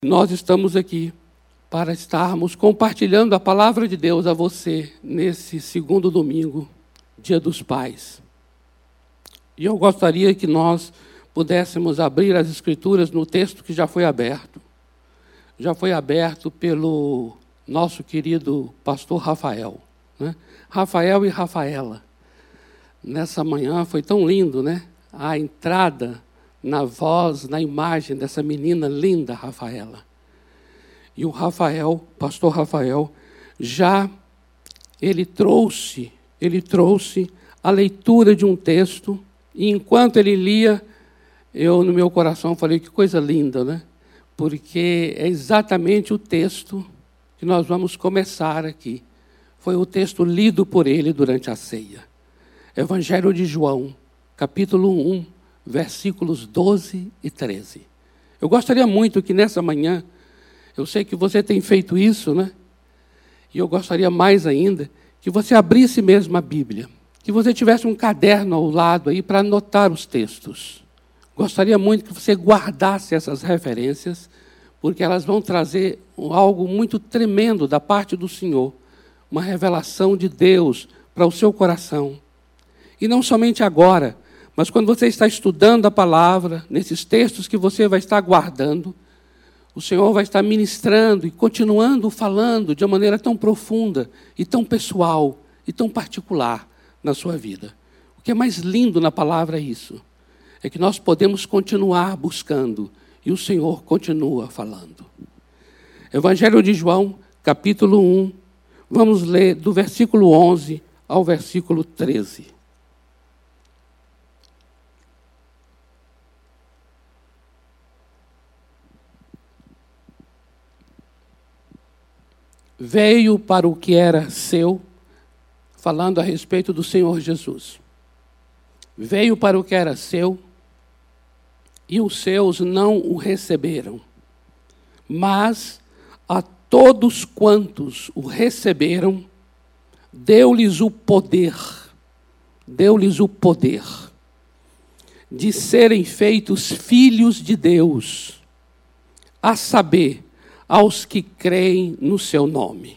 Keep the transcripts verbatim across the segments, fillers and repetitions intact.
Nós estamos aqui para estarmos compartilhando a palavra de Deus a você nesse segundo domingo, Dia dos Pais. E eu gostaria que nós pudéssemos abrir as Escrituras no texto que já foi aberto. Já foi aberto pelo nosso querido pastor Rafael. Né? Rafael e Rafaela. Nessa manhã foi tão lindo, né? A entrada na voz, na imagem dessa menina linda, Rafaela. E o Rafael, pastor Rafael, já ele trouxe, ele trouxe a leitura de um texto, e enquanto ele lia, eu no meu coração falei, que coisa linda, né? Porque é exatamente o texto que nós vamos começar aqui. Foi o texto lido por ele durante a ceia. Evangelho de João, capítulo um, versículos doze e treze. Eu gostaria muito que nessa manhã, eu sei que você tem feito isso, né? E eu gostaria mais ainda que você abrisse mesmo a Bíblia, que você tivesse um caderno ao lado aí para anotar os textos. Gostaria muito que você guardasse essas referências, porque elas vão trazer algo muito tremendo da parte do Senhor, uma revelação de Deus para o seu coração. E não somente agora, mas quando você está estudando a palavra, nesses textos que você vai estar guardando, o Senhor vai estar ministrando e continuando falando de uma maneira tão profunda e tão pessoal e tão particular na sua vida. O que é mais lindo na palavra é isso, é que nós podemos continuar buscando e o Senhor continua falando. Evangelho de João, capítulo um, vamos ler do versículo onze ao versículo treze. Veio para o que era seu, falando a respeito do Senhor Jesus. Veio para o que era seu, e os seus não o receberam. Mas a todos quantos o receberam, deu-lhes o poder, deu-lhes o poder de serem feitos filhos de Deus, a saber, aos que creem no seu nome.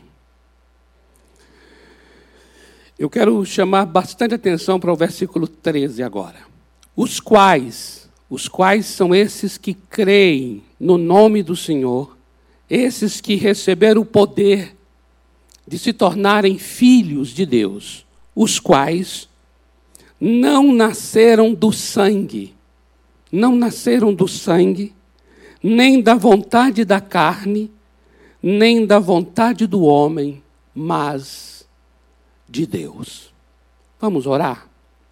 Eu quero chamar bastante atenção para o versículo treze agora. Os quais, os quais são esses que creem no nome do Senhor, esses que receberam o poder de se tornarem filhos de Deus, os quais não nasceram do sangue, não nasceram do sangue, nem da vontade da carne, nem da vontade do homem, mas de Deus. Vamos orar?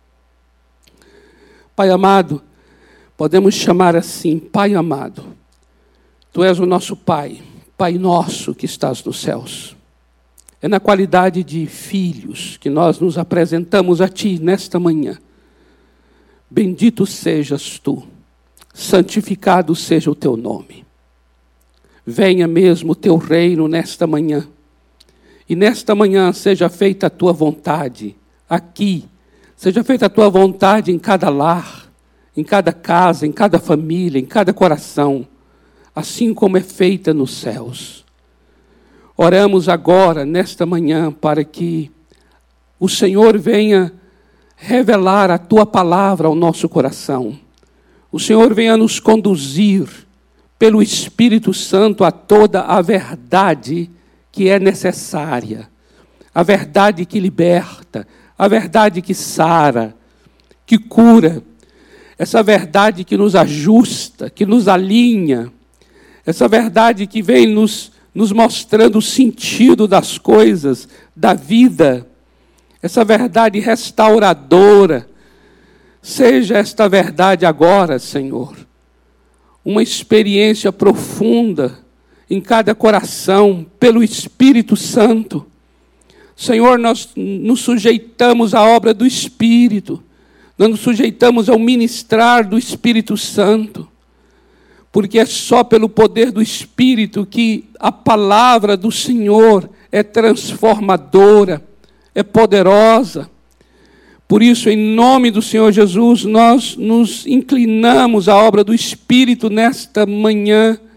Pai amado, podemos chamar assim, Pai amado, Tu és o nosso Pai, Pai nosso que estás nos céus. É na qualidade de filhos que nós nos apresentamos a Ti nesta manhã. Bendito sejas Tu. Santificado seja o teu nome. Venha mesmo o teu reino nesta manhã. E nesta manhã seja feita a tua vontade aqui. Seja feita a tua vontade em cada lar, em cada casa, em cada família, em cada coração, assim como é feita nos céus. Oramos agora, nesta manhã, para que o Senhor venha revelar a tua palavra ao nosso coração. O Senhor venha nos conduzir pelo Espírito Santo a toda a verdade que é necessária, a verdade que liberta, a verdade que sara, que cura, essa verdade que nos ajusta, que nos alinha, essa verdade que vem nos, nos mostrando o sentido das coisas, da vida, essa verdade restauradora. Seja esta verdade agora, Senhor, uma experiência profunda em cada coração, pelo Espírito Santo. Senhor, nós nos sujeitamos à obra do Espírito, nós nos sujeitamos ao ministrar do Espírito Santo, porque é só pelo poder do Espírito que a palavra do Senhor é transformadora, é poderosa. Por isso, em nome do Senhor Jesus, nós nos inclinamos à obra do Espírito nesta manhã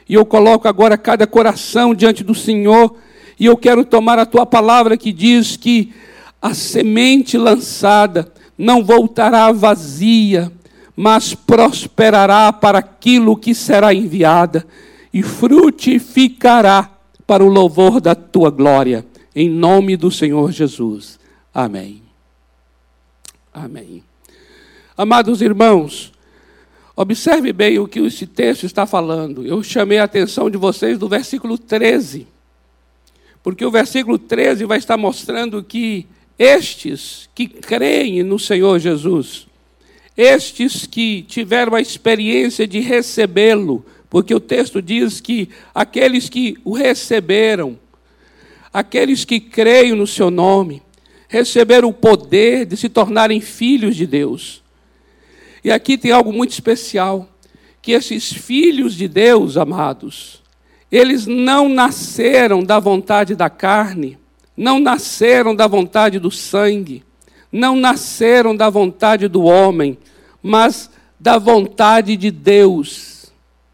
E eu coloco agora cada coração diante do Senhor, e eu quero tomar a tua palavra que diz que a semente lançada não voltará vazia, mas prosperará para aquilo que será enviada, e frutificará para o louvor da tua glória, em nome do Senhor Jesus. Amém. Amém. Amados irmãos, observe bem o que esse texto está falando. Eu chamei a atenção de vocês do versículo treze, porque o versículo treze vai estar mostrando que estes que creem no Senhor Jesus, estes que tiveram a experiência de recebê-lo, porque o texto diz que aqueles que o receberam, aqueles que creem no seu nome, receberam o poder de se tornarem filhos de Deus. E aqui tem algo muito especial, que esses filhos de Deus, amados, eles não nasceram da vontade da carne, não nasceram da vontade do sangue, não nasceram da vontade do homem, mas da vontade de Deus.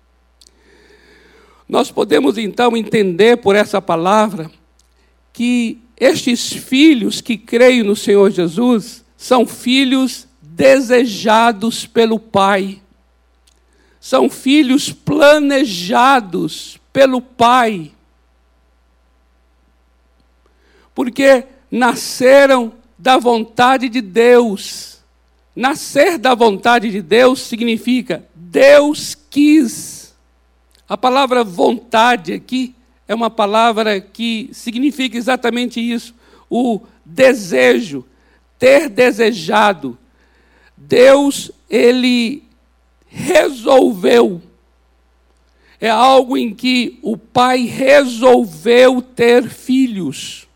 Nós podemos então entender por essa palavra que estes filhos que creem no Senhor Jesus são filhos desejados pelo Pai. São filhos planejados pelo Pai. Porque nasceram da vontade de Deus. Nascer da vontade de Deus significa Deus quis. A palavra vontade aqui é uma palavra que significa exatamente isso. O desejo, ter desejado. Deus, ele resolveu. É algo em que o Pai resolveu ter filhos.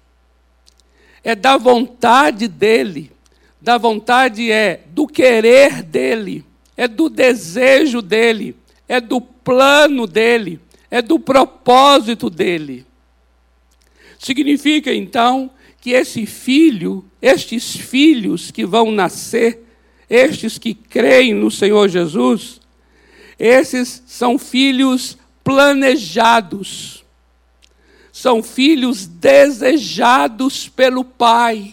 É da vontade dele. Da vontade é do querer dele. É do desejo dele. É do plano dele. É do propósito dele. Significa, então, que esse filho, estes filhos que vão nascer, estes que creem no Senhor Jesus, esses são filhos planejados. São filhos desejados pelo Pai.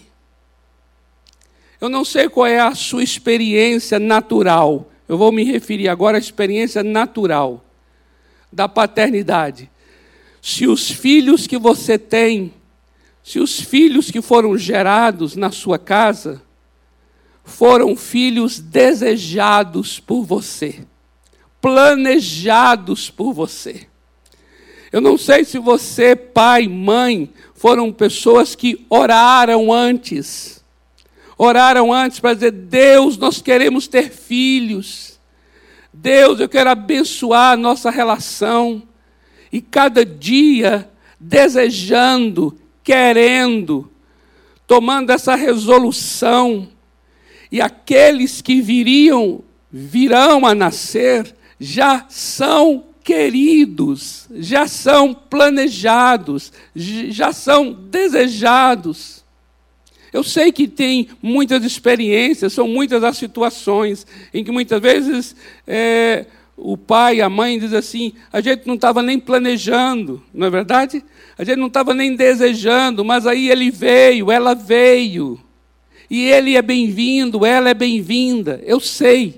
Eu não sei qual é a sua experiência natural. Eu vou me referir agora à experiência natural da paternidade. Se os filhos que você tem, se os filhos que foram gerados na sua casa, foram filhos desejados por você, planejados por você. Eu não sei se você, pai, mãe, foram pessoas que oraram antes. Oraram antes para dizer, Deus, nós queremos ter filhos. Deus, eu quero abençoar a nossa relação. E cada dia desejando, querendo, tomando essa resolução. E aqueles que viriam, virão a nascer, já são queridos, já são planejados, já são desejados. Eu sei que tem muitas experiências, são muitas as situações em que muitas vezes é, o pai e a mãe dizem assim, a gente não estava nem planejando, não é verdade? A gente não estava nem desejando, mas aí ele veio, ela veio. E ele é bem-vindo, ela é bem-vinda, eu sei.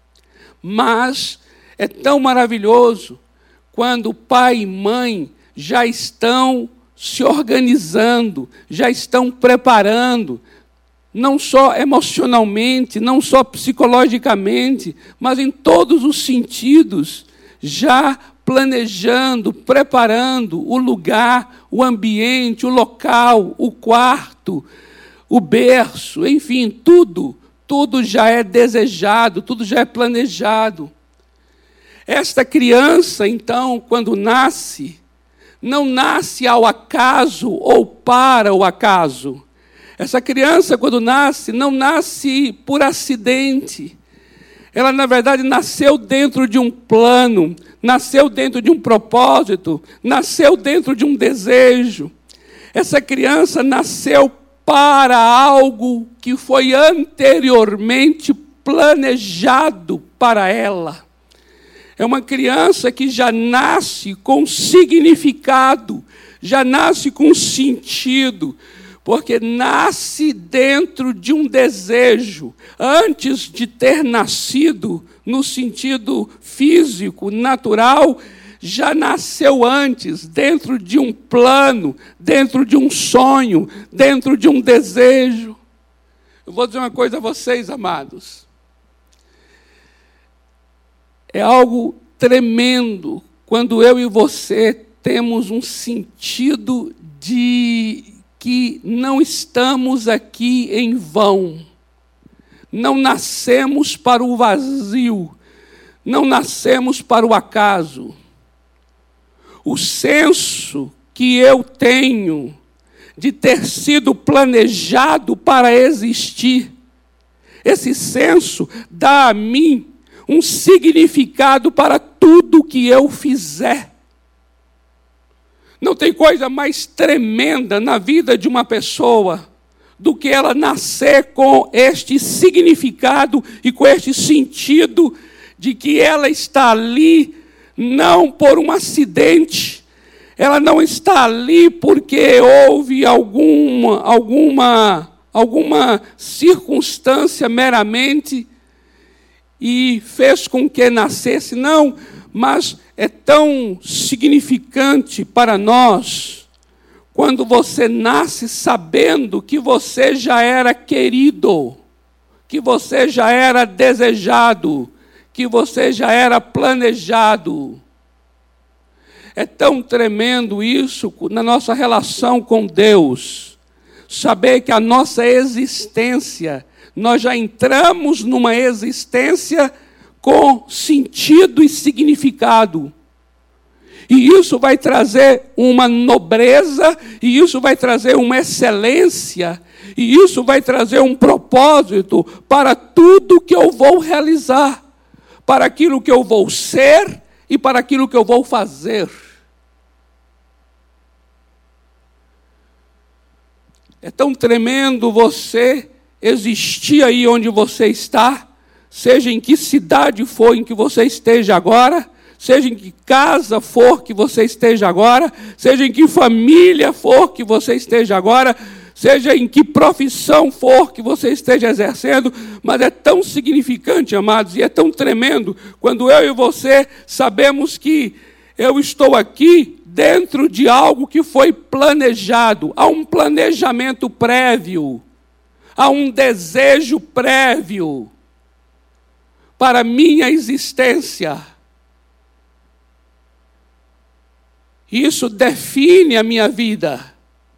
Mas é tão maravilhoso quando pai e mãe já estão se organizando, já estão preparando, não só emocionalmente, não só psicologicamente, mas em todos os sentidos, já planejando, preparando o lugar, o ambiente, o local, o quarto, o berço, enfim, tudo, tudo já é desejado, tudo já é planejado. Esta criança, então, quando nasce, não nasce ao acaso ou para o acaso. Essa criança, quando nasce, não nasce por acidente. Ela, na verdade, nasceu dentro de um plano, nasceu dentro de um propósito, nasceu dentro de um desejo. Essa criança nasceu para algo que foi anteriormente planejado para ela. É uma criança que já nasce com significado, já nasce com sentido, porque nasce dentro de um desejo. Antes de ter nascido, no sentido físico, natural, já nasceu antes, dentro de um plano, dentro de um sonho, dentro de um desejo. Eu vou dizer uma coisa a vocês, amados. É algo tremendo quando eu e você temos um sentido de que não estamos aqui em vão. Não nascemos para o vazio. Não nascemos para o acaso. O senso que eu tenho de ter sido planejado para existir, esse senso dá a mim um significado para tudo que eu fizer. Não tem coisa mais tremenda na vida de uma pessoa do que ela nascer com este significado e com este sentido de que ela está ali não por um acidente, ela não está ali porque houve alguma, alguma, alguma circunstância meramente e fez com que nascesse, não, mas é tão significante para nós quando você nasce sabendo que você já era querido, que você já era desejado, que você já era planejado. É tão tremendo isso na nossa relação com Deus. Saber que a nossa existência, nós já entramos numa existência com sentido e significado. E isso vai trazer uma nobreza, e isso vai trazer uma excelência, e isso vai trazer um propósito para tudo que eu vou realizar, para aquilo que eu vou ser e para aquilo que eu vou fazer. É tão tremendo você existir aí onde você está, seja em que cidade for em que você esteja agora, seja em que casa for que você esteja agora, seja em que família for que você esteja agora, seja em que profissão for que você esteja exercendo, mas é tão significante, amados, e é tão tremendo, quando eu e você sabemos que eu estou aqui dentro de algo que foi planejado, há um planejamento prévio, há um desejo prévio para a minha existência. Isso define a minha vida.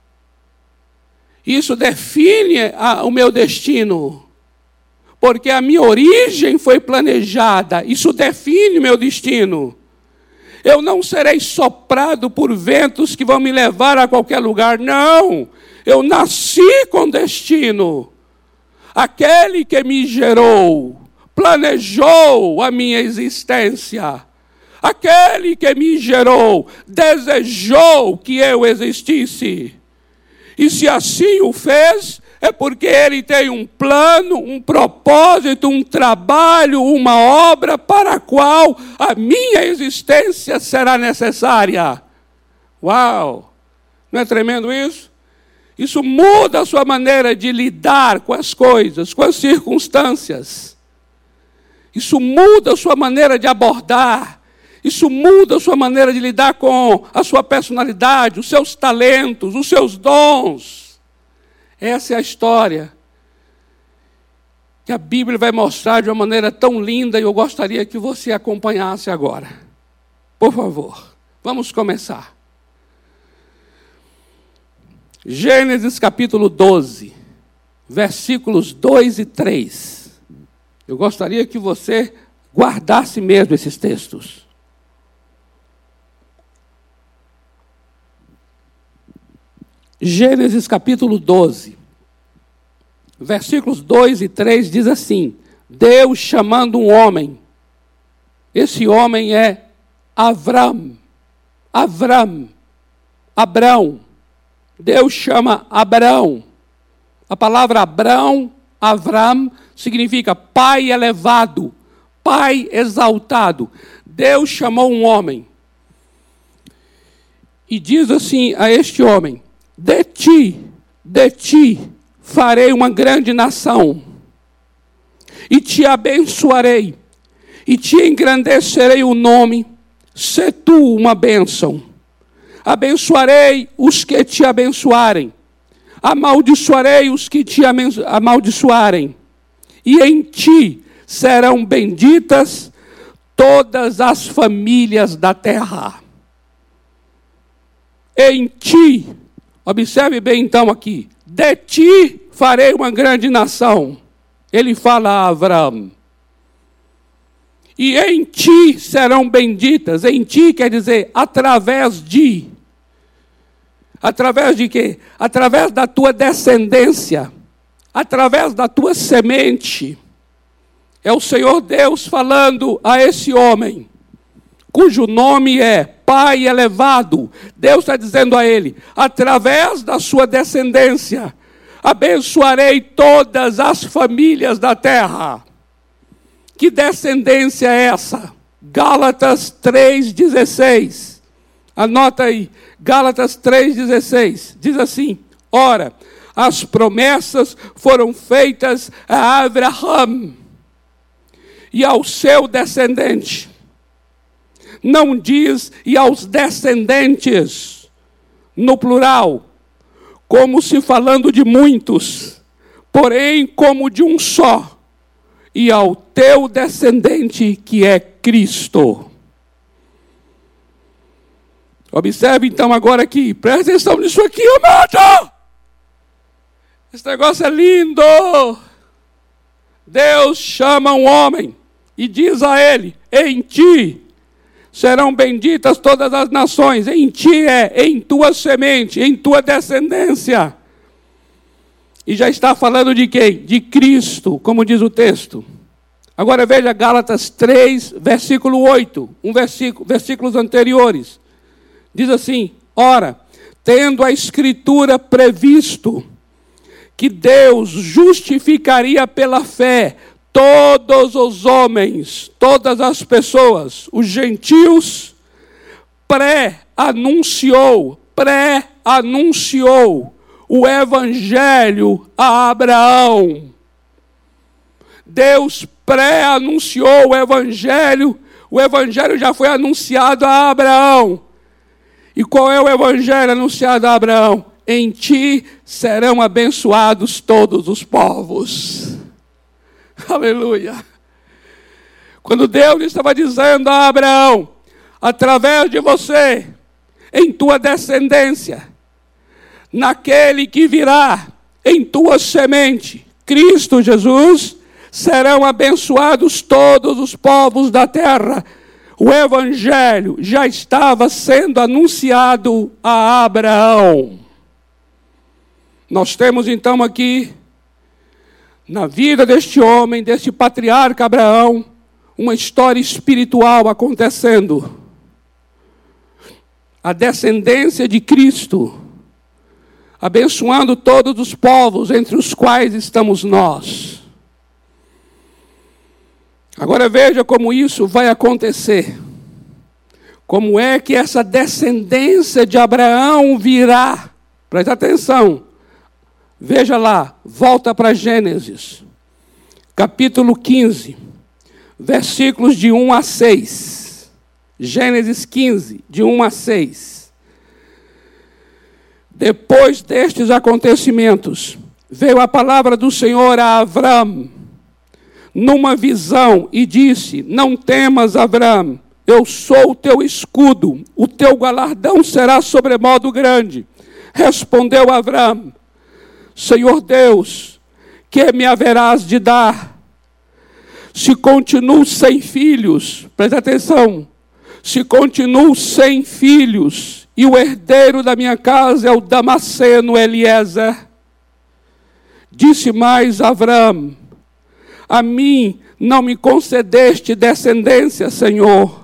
Isso define a, o meu destino. Porque a minha origem foi planejada. Isso define o meu destino. Eu não serei soprado por ventos que vão me levar a qualquer lugar. Não. Eu nasci com destino. Aquele que me gerou, planejou a minha existência. Aquele que me gerou, desejou que eu existisse. E se assim o fez, é porque ele tem um plano, um propósito, um trabalho, uma obra para a qual a minha existência será necessária. Uau! Não é tremendo isso? Isso muda a sua maneira de lidar com as coisas, com as circunstâncias. Isso muda a sua maneira de abordar. Isso muda a sua maneira de lidar com a sua personalidade, os seus talentos, os seus dons. Essa é a história que a Bíblia vai mostrar de uma maneira tão linda e eu gostaria que você acompanhasse agora. Por favor, vamos começar. Gênesis capítulo doze, versículos dois e três. Eu gostaria que você guardasse mesmo esses textos. Gênesis capítulo doze, versículos dois e três diz assim: Deus chamando um homem, esse homem é Avram, Avram, Abrão, Deus chama Abrão, a palavra Abrão, Avram, significa pai elevado, pai exaltado. Deus chamou um homem e diz assim a este homem: de ti, de ti farei uma grande nação, e te abençoarei, e te engrandecerei o nome, sê tu uma bênção. Abençoarei os que te abençoarem, amaldiçoarei os que te amaldiçoarem, e em ti serão benditas todas as famílias da terra. Em ti, observe bem então aqui, de ti farei uma grande nação. Ele fala a Abraão. E em ti serão benditas. Em ti quer dizer através de. Através de quê? Através da tua descendência. Através da tua semente. É o Senhor Deus falando a esse homem, cujo nome é Pai elevado. Deus está dizendo a ele: através da sua descendência, abençoarei todas as famílias da terra. Que descendência é essa? Gálatas três, dezesseis. Anota aí, Gálatas três, dezesseis. Diz assim: ora, as promessas foram feitas a Abraão e ao seu descendente. Não diz e aos descendentes, no plural, como se falando de muitos, porém como de um só, e ao teu descendente, que é Cristo. Observe então agora aqui, presta atenção nisso aqui, amado! Esse negócio é lindo! Deus chama um homem e diz a ele: em ti serão benditas todas as nações. Em ti é, em tua semente, em tua descendência. E já está falando de quem? De Cristo, como diz o texto. Agora veja Gálatas três, versículo oito, um versículo, versículos anteriores. Diz assim: ora, tendo a Escritura previsto que Deus justificaria pela fé todos os homens, todas as pessoas, os gentios, pré-anunciou, pré-anunciou o Evangelho a Abraão. Deus pré-anunciou o Evangelho, o Evangelho já foi anunciado a Abraão. E qual é o Evangelho anunciado a Abraão? Em ti serão abençoados todos os povos. Aleluia. Quando Deus estava dizendo a Abraão: através de você, em tua descendência, naquele que virá, em tua semente, Cristo Jesus, serão abençoados todos os povos da terra. O Evangelho já estava sendo anunciado a Abraão. Nós temos então aqui, na vida deste homem, deste patriarca Abraão, uma história espiritual acontecendo. A descendência de Cristo, abençoando todos os povos entre os quais estamos nós. Agora veja como isso vai acontecer. Como é que essa descendência de Abraão virá? Presta atenção. Veja lá, volta para Gênesis, capítulo quinze, versículos de um a seis. Gênesis quinze, de um a seis. Depois destes acontecimentos, veio a palavra do Senhor a Abraão, numa visão, e disse: não temas, Abraão, eu sou o teu escudo, o teu galardão será sobremodo grande. Respondeu Abraão: Senhor Deus, que me haverás de dar? Se continuo sem filhos, presta atenção, se continuo sem filhos, e o herdeiro da minha casa é o Damasceno Eliezer. Disse mais Abraão: a mim não me concedeste descendência, Senhor,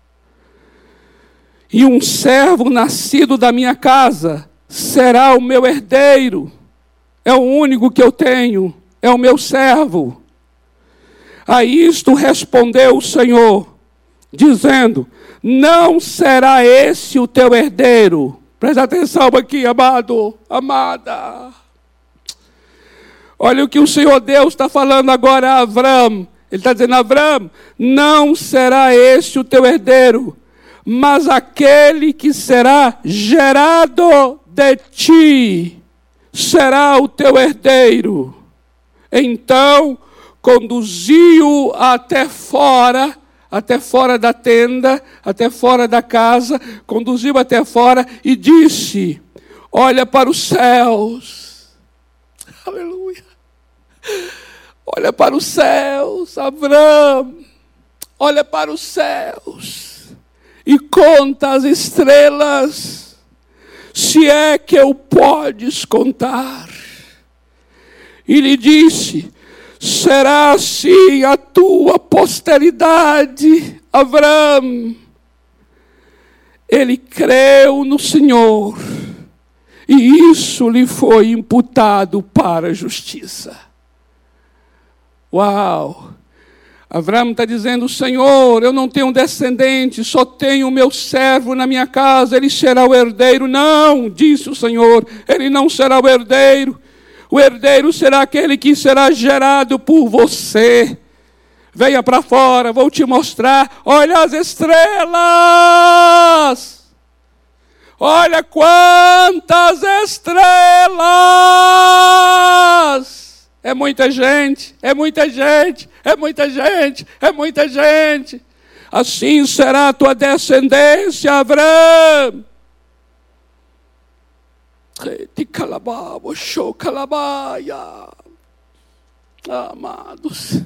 e um servo nascido da minha casa será o meu herdeiro. É o único que eu tenho, é o meu servo. A isto respondeu o Senhor: dizendo: não será esse o teu herdeiro. Presta atenção aqui, amado, amada. Olha o que o Senhor Deus está falando agora a Avram. Ele está dizendo: Avram, não será esse o teu herdeiro, mas aquele que será gerado de ti será o teu herdeiro. Então conduziu até fora, até fora da tenda, até fora da casa, conduziu até fora e disse: olha para os céus. Aleluia. Olha para os céus, Avram. Olha para os céus e conta as estrelas, se é que eu podes contar. E lhe disse: será assim a tua posteridade, Avram. Ele creu no Senhor, e isso lhe foi imputado para a justiça. Uau! Avram está dizendo: Senhor, eu não tenho descendente, só tenho o meu servo na minha casa, ele será o herdeiro. Não, disse o Senhor, ele não será o herdeiro. O herdeiro será aquele que será gerado por você. Venha para fora, vou te mostrar. Olha as estrelas. Olha quantas estrelas. É muita gente, é muita gente, é muita gente, é muita gente. Assim será a tua descendência, Avram. Amados,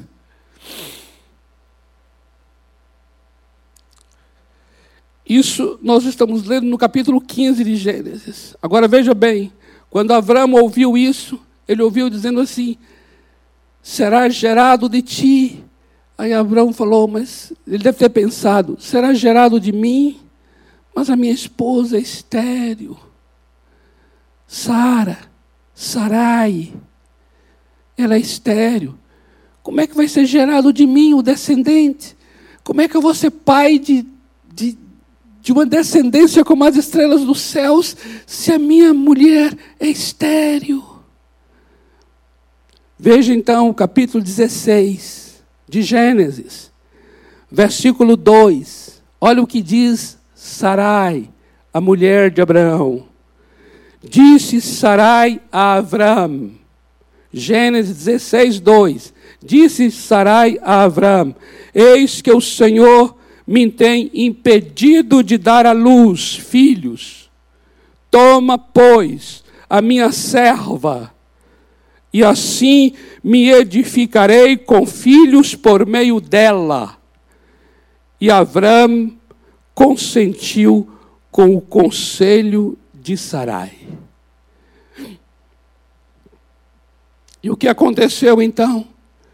isso nós estamos lendo no capítulo quinze de Gênesis. Agora veja bem, quando Avram ouviu isso, ele ouviu dizendo assim: será gerado de ti. Aí Abraão falou, mas ele deve ter pensado: será gerado de mim? Mas a minha esposa é estéril. Sara, Sarai, ela é estéril. Como é que vai ser gerado de mim o descendente? Como é que eu vou ser pai de, de, de uma descendência como as estrelas dos céus, se a minha mulher é estéril? Veja então o capítulo dezesseis de Gênesis, versículo dois. Olha o que diz Sarai, a mulher de Abraão. Disse Sarai a Avram, Gênesis dezesseis, dois. Disse Sarai a Avram: eis que o Senhor me tem impedido de dar à luz filhos. Toma, pois, a minha serva, e assim me edificarei com filhos por meio dela. E Avram consentiu com o conselho de Sarai. E o que aconteceu então?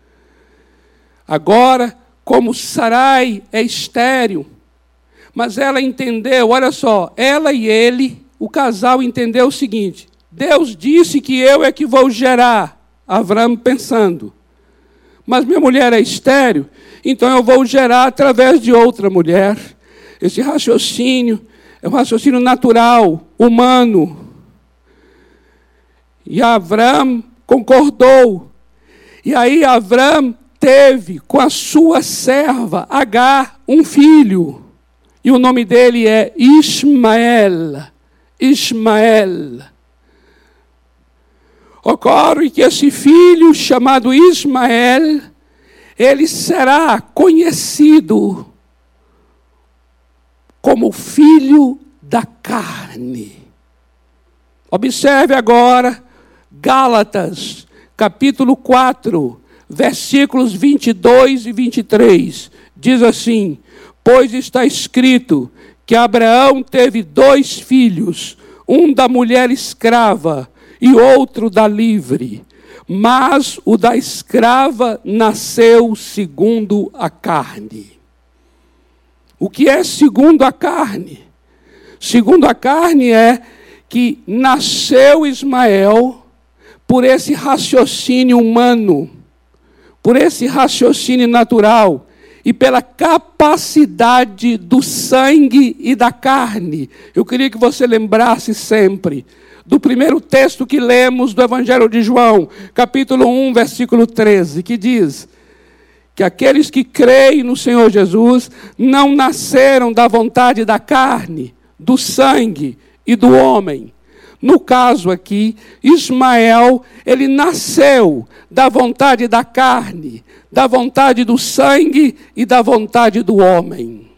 Agora, como Sarai é estéril, mas ela entendeu, olha só, ela e ele, o casal entendeu o seguinte: Deus disse que eu é que vou gerar. Avram pensando: mas minha mulher é estéril, então eu vou gerar através de outra mulher. Esse raciocínio é um raciocínio natural, humano. E Avram concordou. E aí Avram teve com a sua serva Agar um filho. E o nome dele é Ismael. Ismael. Ocorre que esse filho chamado Ismael, ele será conhecido como filho da carne. Observe agora Gálatas, capítulo quatro, versículos vinte e dois e vinte e três. Diz assim: pois está escrito que Abraão teve dois filhos, um da mulher escrava e outro da livre. Mas o da escrava nasceu segundo a carne. O que é segundo a carne? Segundo a carne é que nasceu Ismael por esse raciocínio humano, por esse raciocínio natural. e pela capacidade do sangue e da carne. Eu queria que você lembrasse sempre do primeiro texto que lemos do Evangelho de João, capítulo um, versículo treze, que diz que aqueles que creem no Senhor Jesus não nasceram da vontade da carne, do sangue e do homem. No caso aqui, Ismael, ele nasceu da vontade da carne, da vontade do sangue e da vontade do homem.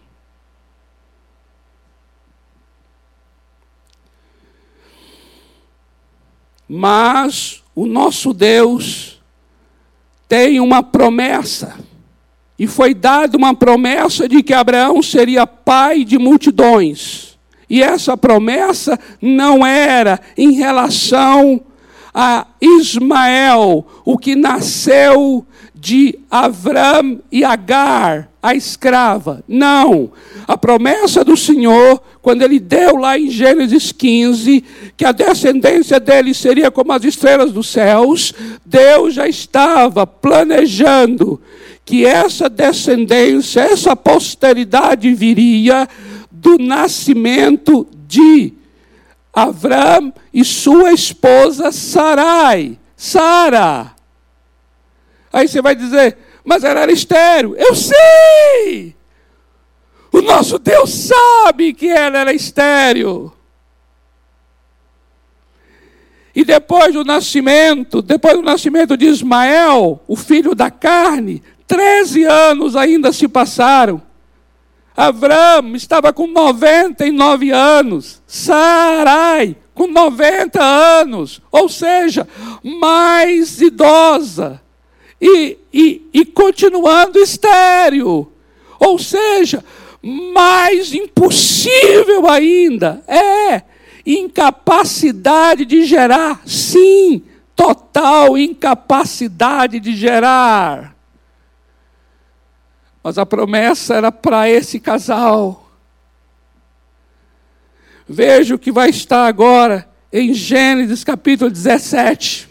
Mas o nosso Deus tem uma promessa, e foi dada uma promessa de que Abraão seria pai de multidões. E essa promessa não era em relação a Ismael, o que nasceu de Avram e Agar, a escrava. Não. A promessa do Senhor, quando ele deu lá em Gênesis quinze, que a descendência dele seria como as estrelas dos céus, Deus já estava planejando que essa descendência, essa posteridade viria do nascimento de Avram e sua esposa Sarai, Sara. Aí você vai dizer, mas ela era estéril. Eu sei! O nosso Deus sabe que ela era estéril. E depois do nascimento, depois do nascimento de Ismael, o filho da carne, treze anos ainda se passaram. Avram estava com noventa e nove anos, Sarai com noventa anos, ou seja, mais idosa, e, e, e continuando estéril, ou seja, mais impossível ainda, é, incapacidade de gerar, sim, total incapacidade de gerar. Mas a promessa era para esse casal. Veja o que vai estar agora em Gênesis capítulo dezessete.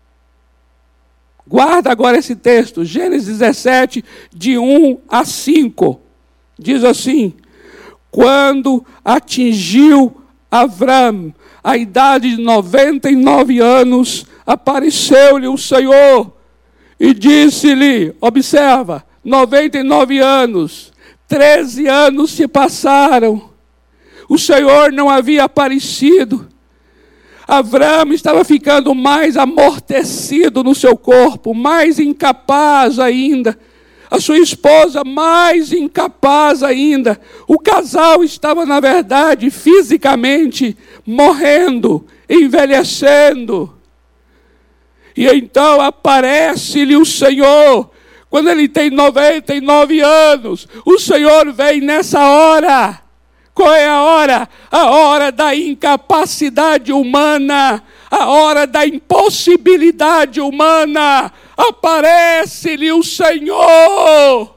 Guarda agora esse texto, Gênesis dezessete, de um a cinco. Diz assim: quando atingiu Avram a idade de noventa e nove anos, apareceu-lhe o Senhor e disse-lhe, observa, noventa e nove anos, treze anos se passaram, o Senhor não havia aparecido. Avram estava ficando mais amortecido no seu corpo, mais incapaz ainda. A sua esposa mais incapaz ainda. O casal estava, na verdade, fisicamente morrendo, envelhecendo. E então aparece-lhe o Senhor. Quando ele tem noventa e nove anos, o Senhor vem nessa hora. Qual é a hora? A hora da incapacidade humana, a hora da impossibilidade humana. Aparece-lhe o Senhor.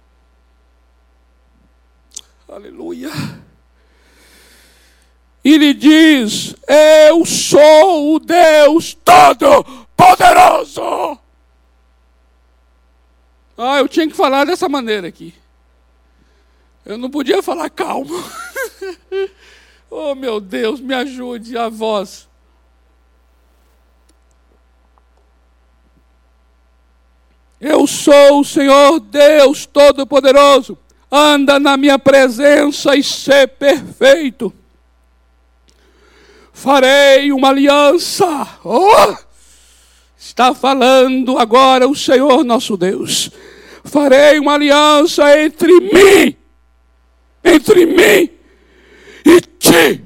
Aleluia. E lhe diz: eu sou o Deus Todo-Poderoso. Ah, eu tinha que falar dessa maneira aqui. Eu não podia falar calmo. Oh, meu Deus, me ajude a voz. Eu sou o Senhor Deus Todo-Poderoso. Anda na minha presença e sê perfeito. Farei uma aliança. Oh! Está falando agora o Senhor nosso Deus. Farei uma aliança entre mim, entre mim e ti.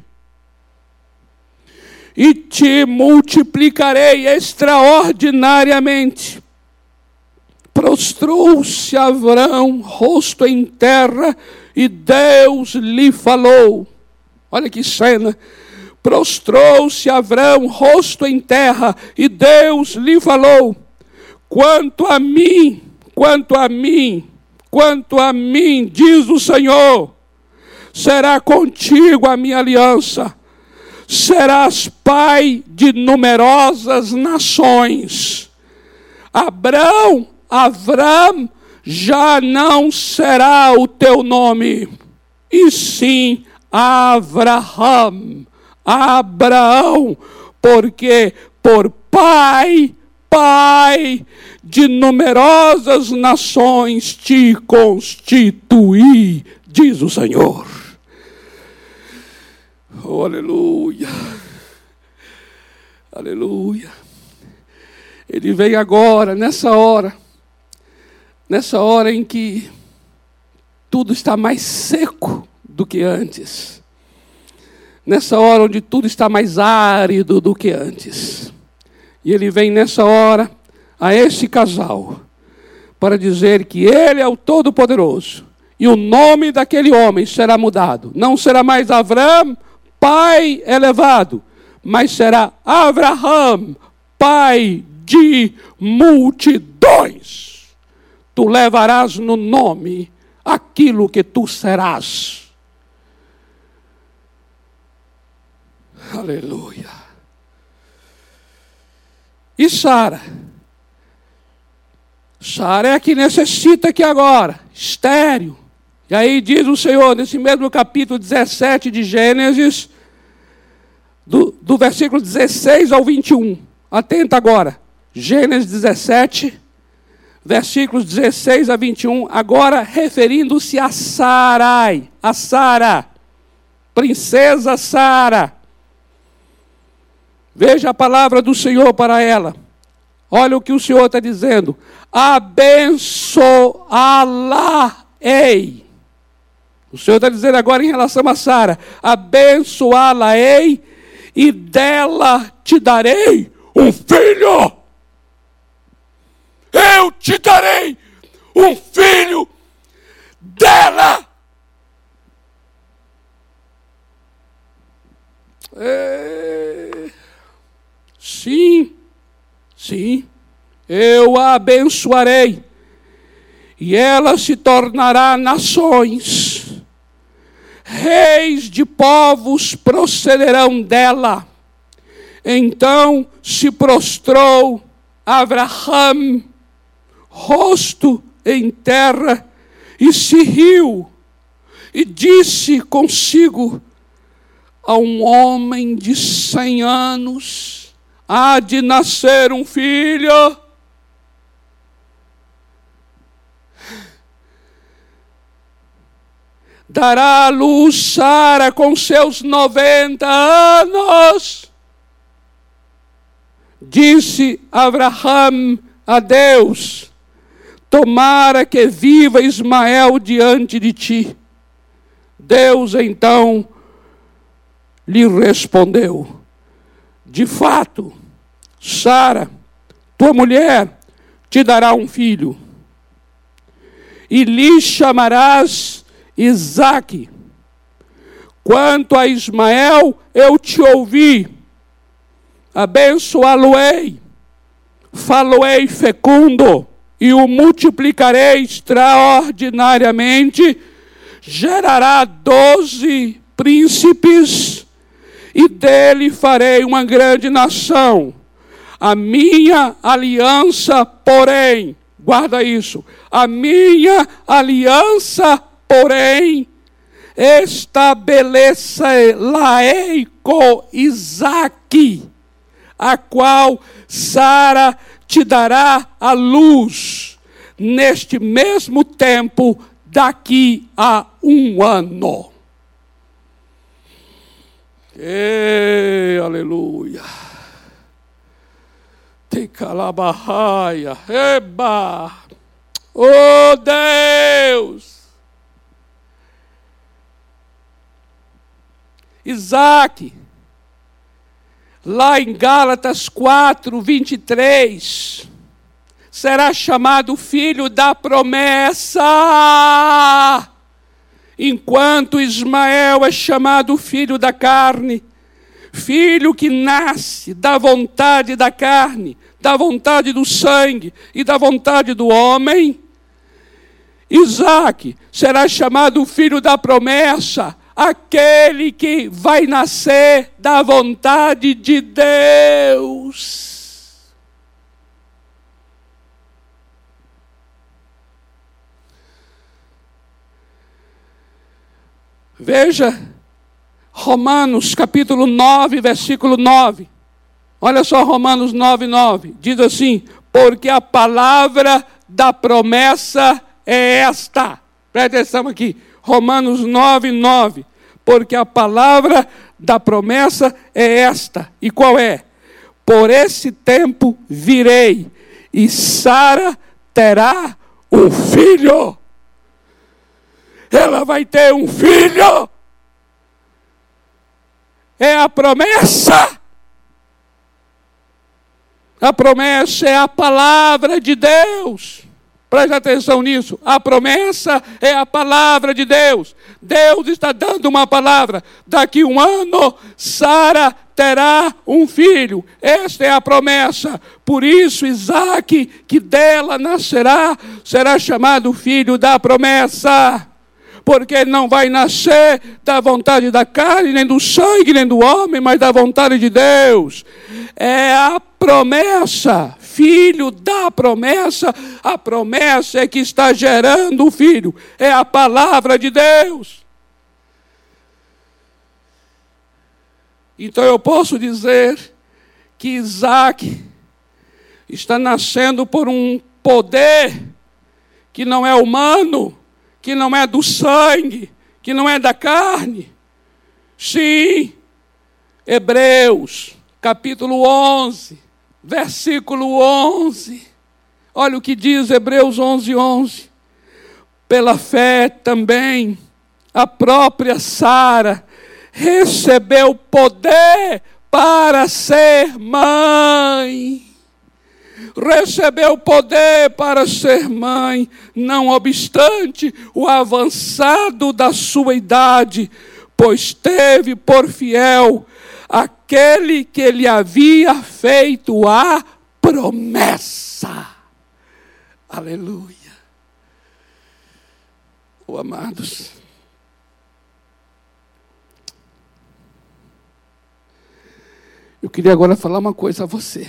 E te multiplicarei extraordinariamente. Prostrou-se Avrão, rosto em terra, e Deus lhe falou. Olha que cena. Prostrou-se Avrão, rosto em terra, e Deus lhe falou: quanto a mim, quanto a mim, quanto a mim, diz o Senhor, será contigo a minha aliança. Serás pai de numerosas nações. Abrão, Avram já não será o teu nome, e sim Avraham, Abraão, porque por pai, pai de numerosas nações te constituí, diz o Senhor. Oh, aleluia, aleluia. Ele vem agora, nessa hora, nessa hora em que tudo está mais seco do que antes. Nessa hora onde tudo está mais árido do que antes. E ele vem nessa hora a esse casal para dizer que ele é o Todo-Poderoso. E o nome daquele homem será mudado. Não será mais Avram, pai elevado, mas será Avraham, pai de multidões. Tu levarás no nome aquilo que tu serás. Aleluia. E Sara? Sara é a que necessita aqui agora, estéril. E aí diz o Senhor, nesse mesmo capítulo dezessete de Gênesis, do, do versículo dezesseis ao vinte e um. Atenta agora. Gênesis dezessete, versículos dezesseis a vinte e um, agora referindo-se a Sarai, a Sara, princesa Sara. Veja a palavra do Senhor para ela. Olha o que o Senhor está dizendo. Abençoá-la-ei. O Senhor está dizendo agora em relação a Sara. Abençoá-la-ei e dela te darei um filho. Eu te darei um filho dela. É... Sim, sim, eu a abençoarei, e ela se tornará nações, reis de povos procederão dela. Então se prostrou Avraham, rosto em terra, e se riu, e disse consigo: a um homem de cem anos há de nascer um filho. Dará à luz Sara com seus noventa anos. Disse Avraham a Deus: tomara que viva Ismael diante de ti. Deus então lhe respondeu: de fato, Sara, tua mulher, te dará um filho, e lhe chamarás Isaque. Quanto a Ismael, eu te ouvi, abençoá-lo-ei, falo-ei fecundo, e o multiplicarei extraordinariamente, gerará doze príncipes, e dele farei uma grande nação. A minha aliança, porém, guarda isso, a minha aliança, porém, estabeleça-la-ei com Isaque, a qual Sara te dará a luz, neste mesmo tempo, daqui a um ano. Ei, aleluia. Te calabarraia, eba, oh Deus. Isaque, lá em Gálatas quatro, vinte e três, será chamado filho da promessa, enquanto Ismael é chamado filho da carne, filho que nasce da vontade da carne, da vontade do sangue e da vontade do homem. Isaque será chamado filho da promessa, aquele que vai nascer da vontade de Deus. Veja, Romanos capítulo nove, versículo nove. Olha só Romanos nove, nove. Diz assim: porque a palavra da promessa é esta. Presta atenção aqui. Romanos nove, nove. Porque a palavra da promessa é esta. E qual é? Por esse tempo virei, e Sara terá um filho. Ela vai ter um filho. É a promessa. A promessa é a palavra de Deus. Preste atenção nisso. A promessa é a palavra de Deus. Deus está dando uma palavra. Daqui um ano, Sara terá um filho. Esta é a promessa. Por isso, Isaque, que dela nascerá, será chamado filho da promessa. Porque ele não vai nascer da vontade da carne, nem do sangue, nem do homem, mas da vontade de Deus. É a promessa, filho da promessa. A promessa é que está gerando o filho. É a palavra de Deus. Então eu posso dizer que Isaque está nascendo por um poder que não é humano, que não é do sangue, que não é da carne. Sim, Hebreus, capítulo onze, versículo onze. Olha o que diz Hebreus onze, onze. Pela fé também, a própria Sara recebeu poder para ser mãe. Recebeu poder para ser mãe, não obstante o avançado da sua idade, pois teve por fiel aquele que lhe havia feito a promessa. Aleluia. Oh, amados, eu queria agora falar uma coisa a você.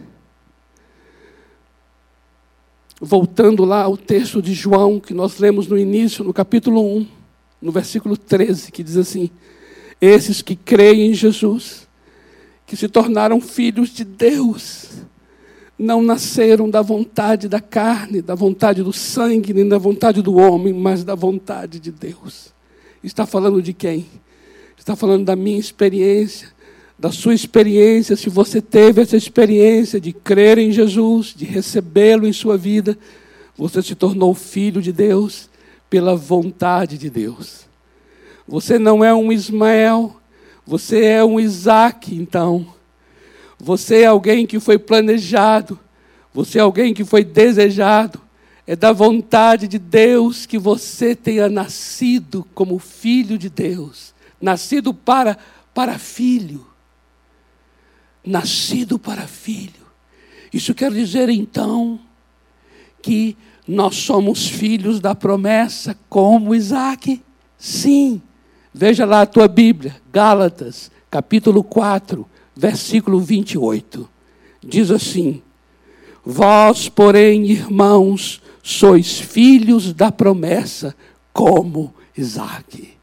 Voltando lá ao texto de João, que nós lemos no início, no capítulo um, no versículo treze, que diz assim: esses que creem em Jesus, que se tornaram filhos de Deus, não nasceram da vontade da carne, da vontade do sangue, nem da vontade do homem, mas da vontade de Deus. Está falando de quem? Está falando da minha experiência, da sua experiência. Se você teve essa experiência de crer em Jesus, de recebê-lo em sua vida, você se tornou filho de Deus pela vontade de Deus. Você não é um Ismael, você é um Isaque, então. Você é alguém que foi planejado, você é alguém que foi desejado. É da vontade de Deus que você tenha nascido como filho de Deus, nascido para, para filho. Nascido para filho. Isso quer dizer, então, que nós somos filhos da promessa como Isaque? Sim. Veja lá a tua Bíblia, Gálatas, capítulo quatro, versículo vinte e oito. Diz assim: vós, porém, irmãos, sois filhos da promessa como Isaque.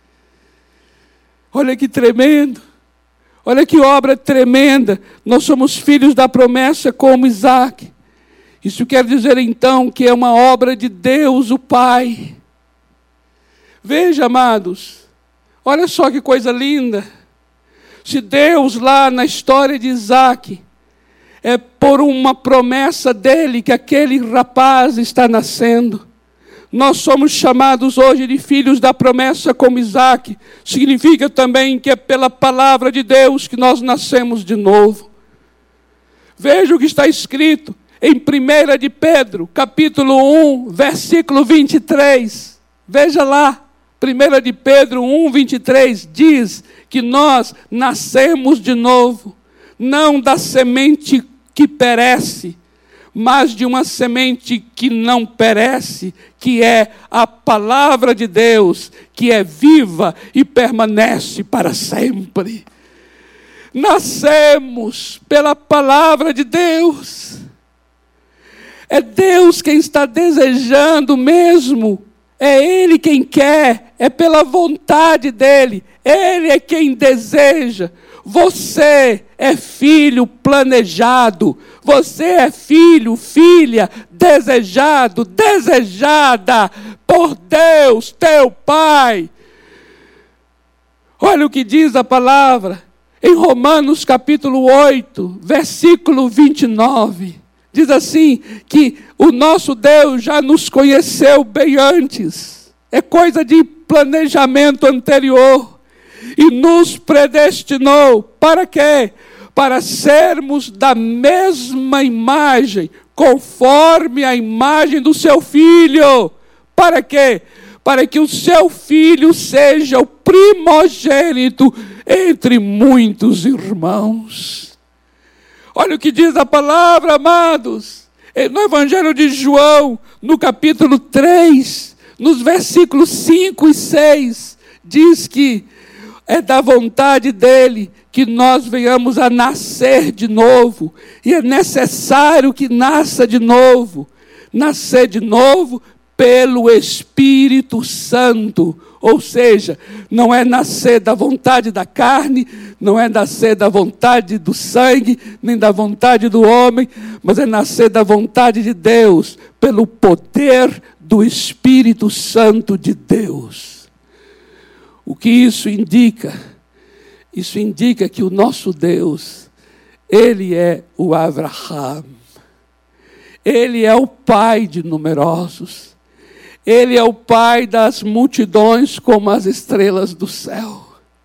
Olha que tremendo. Olha que obra tremenda. Nós somos filhos da promessa como Isaque. Isso quer dizer então que é uma obra de Deus o Pai. Veja, amados, olha só que coisa linda. Se Deus lá na história de Isaque, é por uma promessa dele que aquele rapaz está nascendo. Nós somos chamados hoje de filhos da promessa como Isaque. Significa também que é pela palavra de Deus que nós nascemos de novo. Veja o que está escrito em primeira de Pedro, capítulo um, versículo vinte e três. Veja lá, primeira de Pedro um, vinte e três, diz que nós nascemos de novo, não da semente que perece, mas de uma semente que não perece, que é a palavra de Deus, que é viva e permanece para sempre. Nascemos pela palavra de Deus. É Deus quem está desejando mesmo, é Ele quem quer, é pela vontade dele. Ele é quem deseja. Você é filho planejado. Você é filho, filha, desejado, desejada por Deus, teu Pai. Olha o que diz a palavra em Romanos capítulo oito, versículo vinte e nove. Diz assim, que o nosso Deus já nos conheceu bem antes. É coisa de planejamento anterior. E nos predestinou. Para quê? Para sermos da mesma imagem, conforme a imagem do seu Filho. Para quê? Para que o seu Filho seja o primogênito entre muitos irmãos. Olha o que diz a palavra, amados. No Evangelho de João, no capítulo três, nos versículos cinco e seis, diz que é da vontade dele que nós venhamos a nascer de novo. E é necessário que nasça de novo. Nascer de novo pelo Espírito Santo. Ou seja, não é nascer da vontade da carne, não é nascer da vontade do sangue, nem da vontade do homem, mas é nascer da vontade de Deus, pelo poder do Espírito Santo de Deus. O que isso indica? Isso indica que o nosso Deus, Ele é o Abraham. Ele é o Pai de numerosos. Ele é o Pai das multidões como as estrelas do céu.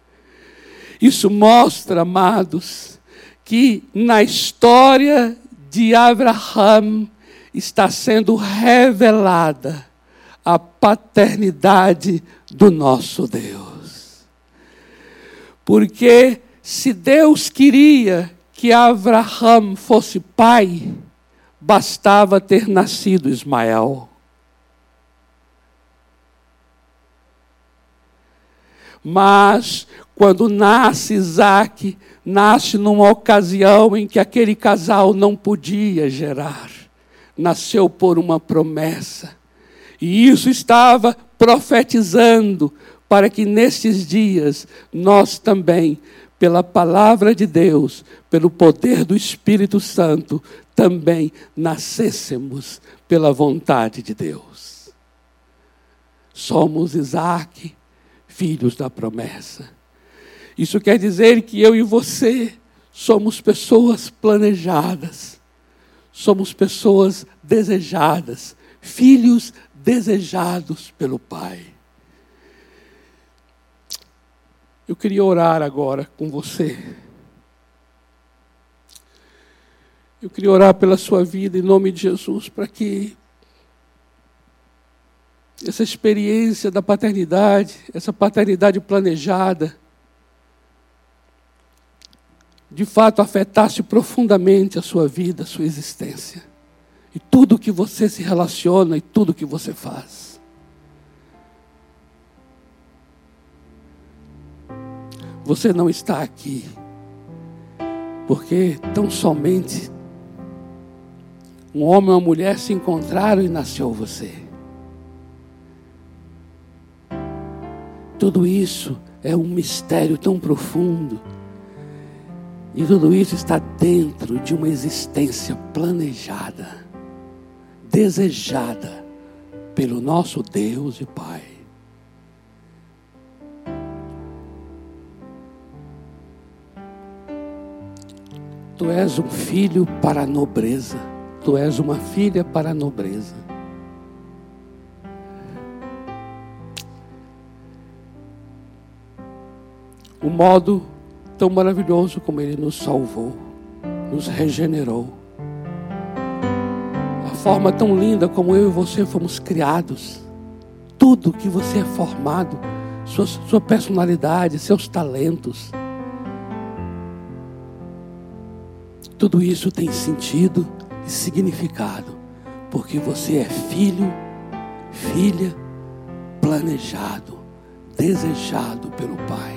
Isso mostra, amados, que na história de Abraham está sendo revelada a paternidade do nosso Deus. Porque se Deus queria que Abraham fosse pai, bastava ter nascido Ismael. Mas, quando nasce Isaac, nasce numa ocasião em que aquele casal não podia gerar. Nasceu por uma promessa. E isso estava profetizando para que nestes dias nós também, pela palavra de Deus, pelo poder do Espírito Santo, também nascêssemos pela vontade de Deus. Somos Isaac, filhos da promessa. Isso quer dizer que eu e você somos pessoas planejadas, somos pessoas desejadas, filhos desejados pelo Pai. Eu queria orar agora com você. Eu queria orar pela sua vida em nome de Jesus, para que essa experiência da paternidade, essa paternidade planejada, de fato afetasse profundamente a sua vida, a sua existência. E tudo que você se relaciona e tudo que você faz. Você não está aqui porque tão somente um homem ou uma mulher se encontraram e nasceu você. Tudo isso é um mistério tão profundo. E tudo isso está dentro de uma existência planejada, desejada pelo nosso Deus e Pai. Tu és um filho para a nobreza. Tu és uma filha para a nobreza. O modo tão maravilhoso como Ele nos salvou, nos regenerou. A forma tão linda como eu e você fomos criados. Tudo que você é formado, sua, sua personalidade, seus talentos. Tudo isso tem sentido e significado, porque você é filho, filha, planejado, desejado pelo Pai.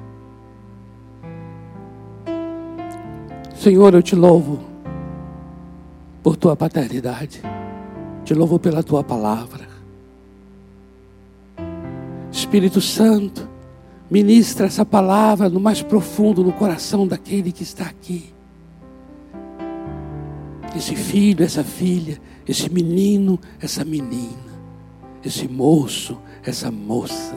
Senhor, eu te louvo por tua paternidade, te louvo pela tua palavra. Espírito Santo, ministra essa palavra no mais profundo, no coração daquele que está aqui. Esse filho, essa filha, esse menino, essa menina, esse moço, essa moça.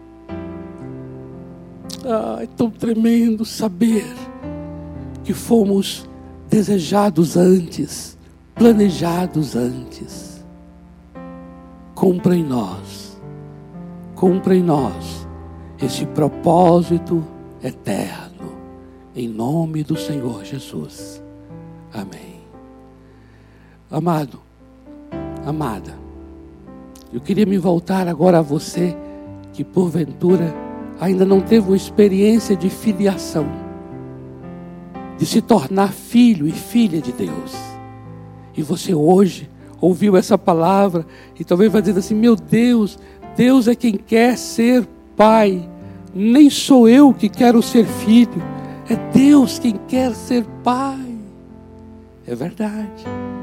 Ah, é tão tremendo saber que fomos desejados antes, planejados antes. Cumpra em nós, cumpra em nós esse propósito eterno, em nome do Senhor Jesus. Amém. Amado, amada, eu queria me voltar agora a você que porventura ainda não teve uma experiência de filiação, de se tornar filho e filha de Deus. E você hoje ouviu essa palavra e talvez vai dizer assim: meu Deus, Deus é quem quer ser pai, nem sou eu que quero ser filho, é Deus quem quer ser pai. É verdade.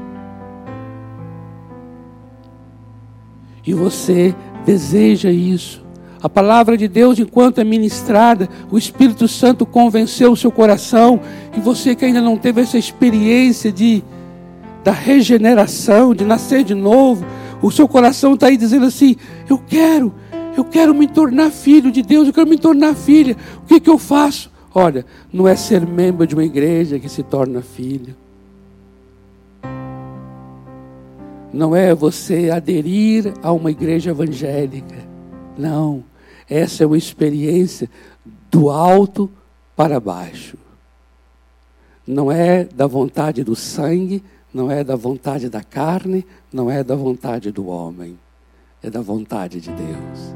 E você deseja isso. A palavra de Deus, enquanto é ministrada, o Espírito Santo convenceu o seu coração. E você que ainda não teve essa experiência de, da regeneração, de nascer de novo, o seu coração está aí dizendo assim: eu quero, eu quero me tornar filho de Deus, eu quero me tornar filha. O que que eu faço? Olha, não é ser membro de uma igreja que se torna filho. Não é você aderir a uma igreja evangélica. Não. Essa é uma experiência do alto para baixo. Não é da vontade do sangue, não é da vontade da carne, não é da vontade do homem. É da vontade de Deus.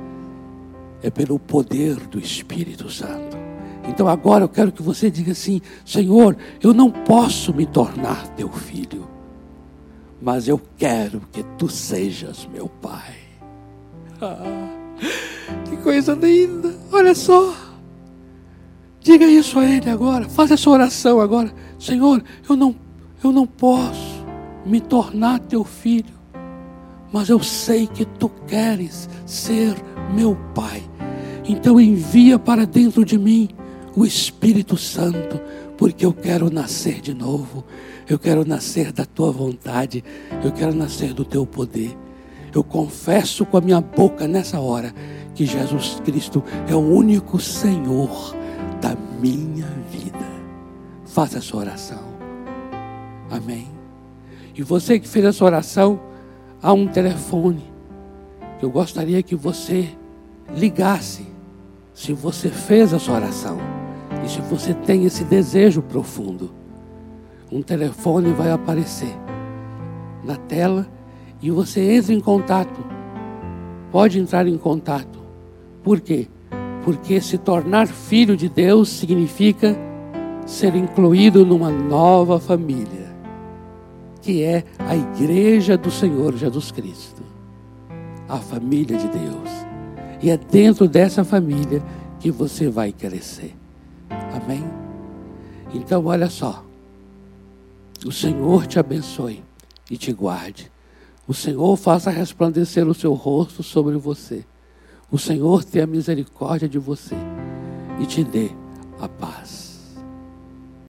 É pelo poder do Espírito Santo. Então agora eu quero que você diga assim: Senhor, eu não posso me tornar teu filho, mas eu quero que tu sejas meu pai. Ah, que coisa linda. Olha só. Diga isso a ele agora. Faça essa oração agora. Senhor, eu não, eu não posso me tornar teu filho, mas eu sei que tu queres ser meu pai. Então envia para dentro de mim o Espírito Santo, porque eu quero nascer de novo. Eu quero nascer da tua vontade. Eu quero nascer do teu poder. Eu confesso com a minha boca nessa hora que Jesus Cristo é o único Senhor da minha vida. Faça essa oração. Amém. E você que fez essa oração, há um telefone que eu gostaria que você ligasse. Se você fez essa oração e se você tem esse desejo profundo, um telefone vai aparecer na tela e você entra em contato. Pode entrar em contato. Por quê? Porque se tornar filho de Deus significa ser incluído numa nova família, que é a igreja do Senhor Jesus Cristo, a família de Deus. E é dentro dessa família que você vai crescer. Amém? Então olha só. O Senhor te abençoe e te guarde. O Senhor faça resplandecer o seu rosto sobre você. O Senhor tenha misericórdia de você e te dê a paz.